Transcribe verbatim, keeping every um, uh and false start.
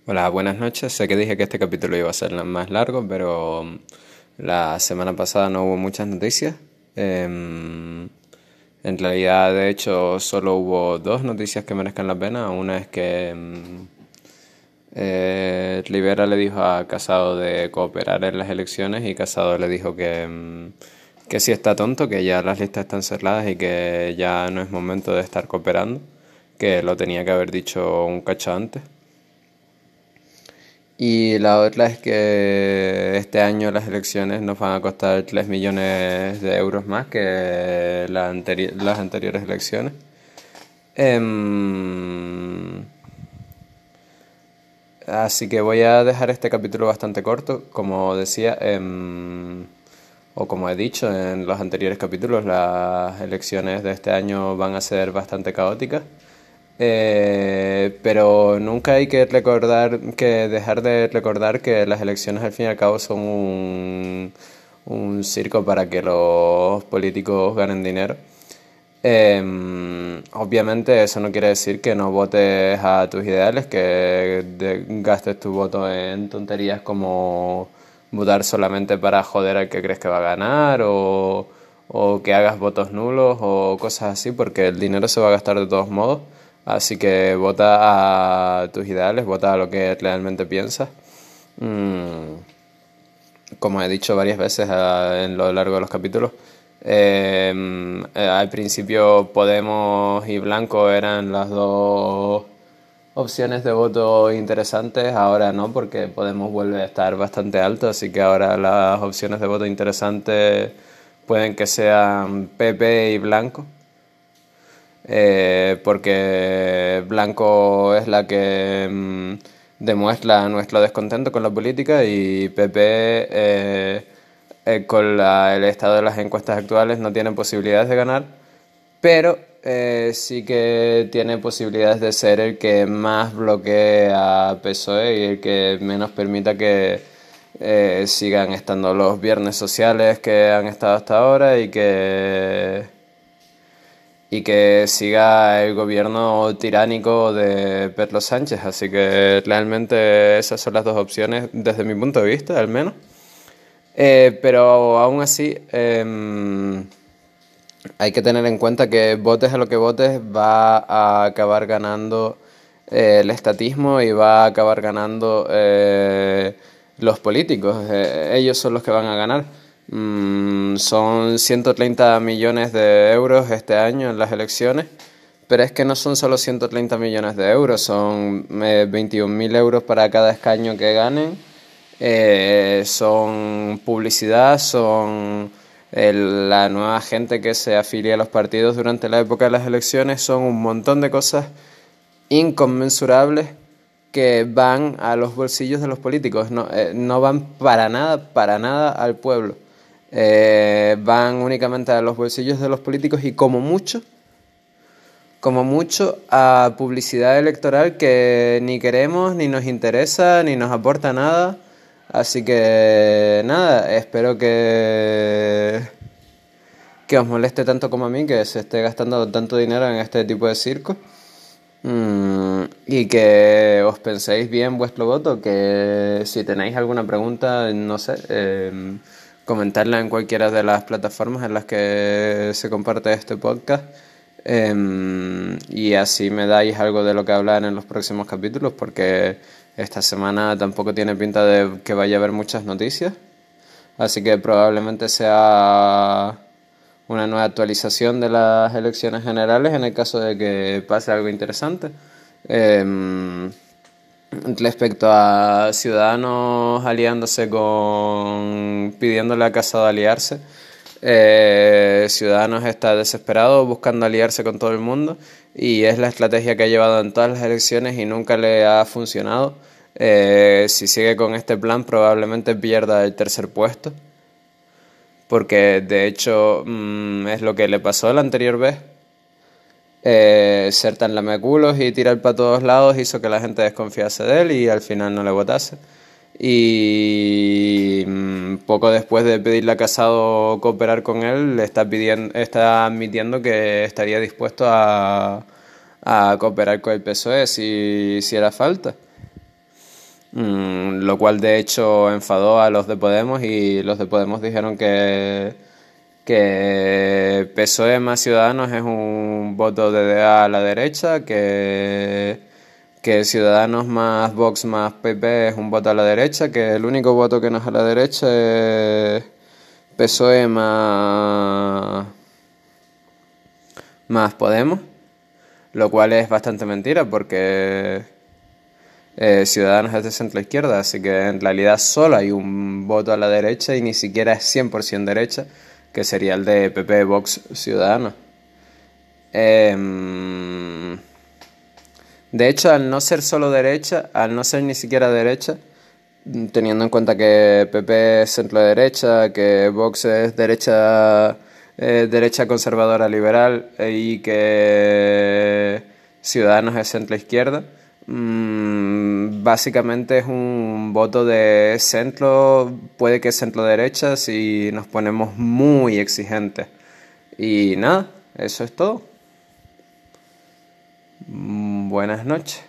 Hola, buenas noches. Sé que dije que este capítulo iba a ser la- más largo, pero mm, la semana pasada no hubo muchas noticias. Em, en realidad, de hecho, solo hubo dos noticias que merezcan la pena. Una es que mm, eh, Rivera le dijo a Casado de cooperar en las elecciones y Casado le dijo que, mm, que sí está tonto, que ya las listas están cerradas y que ya no es momento de estar cooperando, que lo tenía que haber dicho un cacho antes. Y la otra es que este año las elecciones nos van a costar tres millones de euros más que la anteri- las anteriores elecciones. Em, Así que voy a dejar este capítulo bastante corto. Como decía, em, o como he dicho en los anteriores capítulos, las elecciones de este año van a ser bastante caóticas. Eh, pero nunca hay que recordar, que dejar de recordar que las elecciones al fin y al cabo son un, un circo para que los políticos ganen dinero. Eh, obviamente eso no quiere decir que no votes a tus ideales, que de- gastes tu voto en tonterías como votar solamente para joder al que crees que va a ganar o, o que hagas votos nulos o cosas así, porque el dinero se va a gastar de todos modos. Así que vota a tus ideales, vota a lo que realmente piensas. Mm, Como he dicho varias veces eh, en lo largo de los capítulos, eh, eh, al principio Podemos y Blanco eran las dos opciones de voto interesantes, ahora no, porque Podemos vuelve a estar bastante alto, así que ahora las opciones de voto interesantes pueden que sean P P y Blanco. Eh, porque Blanco es la que mm, demuestra nuestro descontento con la política y P P eh, eh, con la- el estado de las encuestas actuales no tiene posibilidades de ganar, pero eh, sí que tiene posibilidades de ser el que más bloquee a P S O E y el que menos permita que eh, sigan estando los viernes sociales que han estado hasta ahora y que y que siga el gobierno tiránico de Pedro Sánchez. Así que realmente esas son las dos opciones desde mi punto de vista, al menos. Eh, pero aún así, eh, hay que tener en cuenta que votes a lo que votes va a acabar ganando eh, el estatismo y va a acabar ganando eh, los políticos. Eh, ellos son los que van a ganar. Mm, son ciento treinta millones de euros este año en las elecciones, pero es que no son solo ciento treinta millones de euros, son eh, veintiún mil euros para cada escaño que ganen. Eh, son publicidad, son el- la nueva gente que se afilia a los partidos durante la época de las elecciones, son un montón de cosas inconmensurables que van a los bolsillos de los políticos, no, eh, no van para nada, para nada al pueblo. Eh, van únicamente a los bolsillos de los políticos y como mucho, como mucho a publicidad electoral que ni queremos, ni nos interesa, ni nos aporta nada. Así que nada, espero que, que os moleste tanto como a mí, que se esté gastando tanto dinero en este tipo de circo. Mm, y que os penséis bien vuestro voto, que si tenéis alguna pregunta, no sé, eh, comentarla en cualquiera de las plataformas en las que se comparte este podcast. Eh, y así me dais algo de lo que hablar en los próximos capítulos, porque esta semana tampoco tiene pinta de que vaya a haber muchas noticias. Así que probablemente sea una nueva actualización de las elecciones generales en el caso de que pase algo interesante. Eh, Respecto a Ciudadanos aliándose con, pidiéndole a Casado aliarse, eh, Ciudadanos está desesperado buscando aliarse con todo el mundo y es la estrategia que ha llevado en todas las elecciones y nunca le ha funcionado. Eh, si sigue con este plan probablemente pierda el tercer puesto, porque de hecho mmm, es lo que le pasó la anterior vez. Eh, ser tan lameculos y tirar para todos lados hizo que la gente desconfiase de él y al final no le votase. Y mmm, poco después de pedirle a Casado cooperar con él, le está, pidiendo, está admitiendo que estaría dispuesto a, a cooperar con el P S O E si, si era falta. Mm, lo cual de hecho enfadó a los de Podemos y los de Podemos dijeron que, que P S O E más Ciudadanos es un voto de a la derecha, que, que Ciudadanos más Vox más P P es un voto a la derecha, que el único voto que no es a la derecha es P S O E más, más Podemos, lo cual es bastante mentira porque eh, Ciudadanos es de centro izquierda, así que en realidad solo hay un voto a la derecha y ni siquiera es cien por ciento derecha, que sería el de P P, Vox, Ciudadanos. Eh, de hecho, al no ser solo derecha, al no ser ni siquiera derecha, teniendo en cuenta que P P es centro derecha, que Vox es derecha, eh, derecha conservadora liberal eh, y que Ciudadanos es centro izquierda, mmm, básicamente es un voto de centro, puede que centro derecha si nos ponemos muy exigentes. Y nada, eso es todo. Mm, buenas noches.